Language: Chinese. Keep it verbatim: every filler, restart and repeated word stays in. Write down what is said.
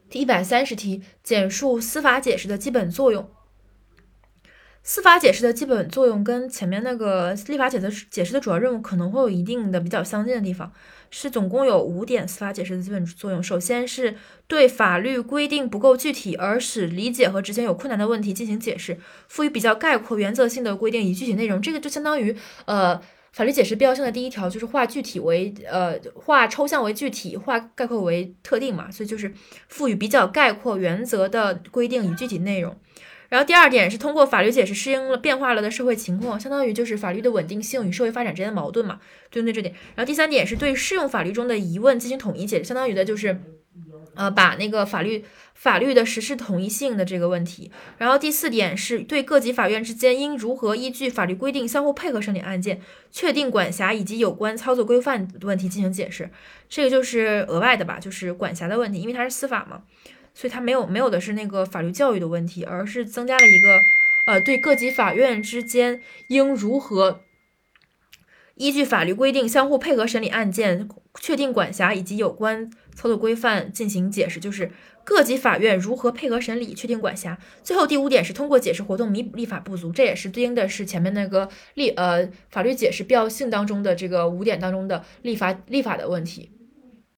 第一百三十题，简述司法解释的基本作用。司法解释的基本作用跟前面那个立法解释解释的主要任务可能会有一定的比较相近的地方，是总共有五点司法解释的基本作用。首先是对法律规定不够具体而使理解和执行有困难的问题进行解释，赋予比较概括原则性的规定以具体内容。这个就相当于呃。法律解释必要性的第一条就是化具体为呃化抽象为具体，化概括为特定嘛，所以就是赋予比较概括原则的规定与具体内容。然后第二点是通过法律解释适应了变化了的社会情况，相当于就是法律的稳定性与社会发展之间的矛盾嘛，对对这点。然后第三点是对适用法律中的疑问进行统一解释，相当于的就是呃，把那个法律法律的实施统一性的这个问题。然后第四点是对各级法院之间应如何依据法律规定相互配合审理案件，确定管辖以及有关操作规范的问题进行解释。这个就是额外的吧，就是管辖的问题，因为它是司法嘛，所以它没有没有的是那个法律教育的问题，而是增加了一个呃对各级法院之间应如何依据法律规定相互配合审理案件，确定管辖以及有关操作规范进行解释，就是各级法院如何配合审理，确定管辖。最后第五点是通过解释活动弥补立法不足，这也是对应的是前面那个立呃法律解释必要性当中的这个五点当中的立法立法的问题。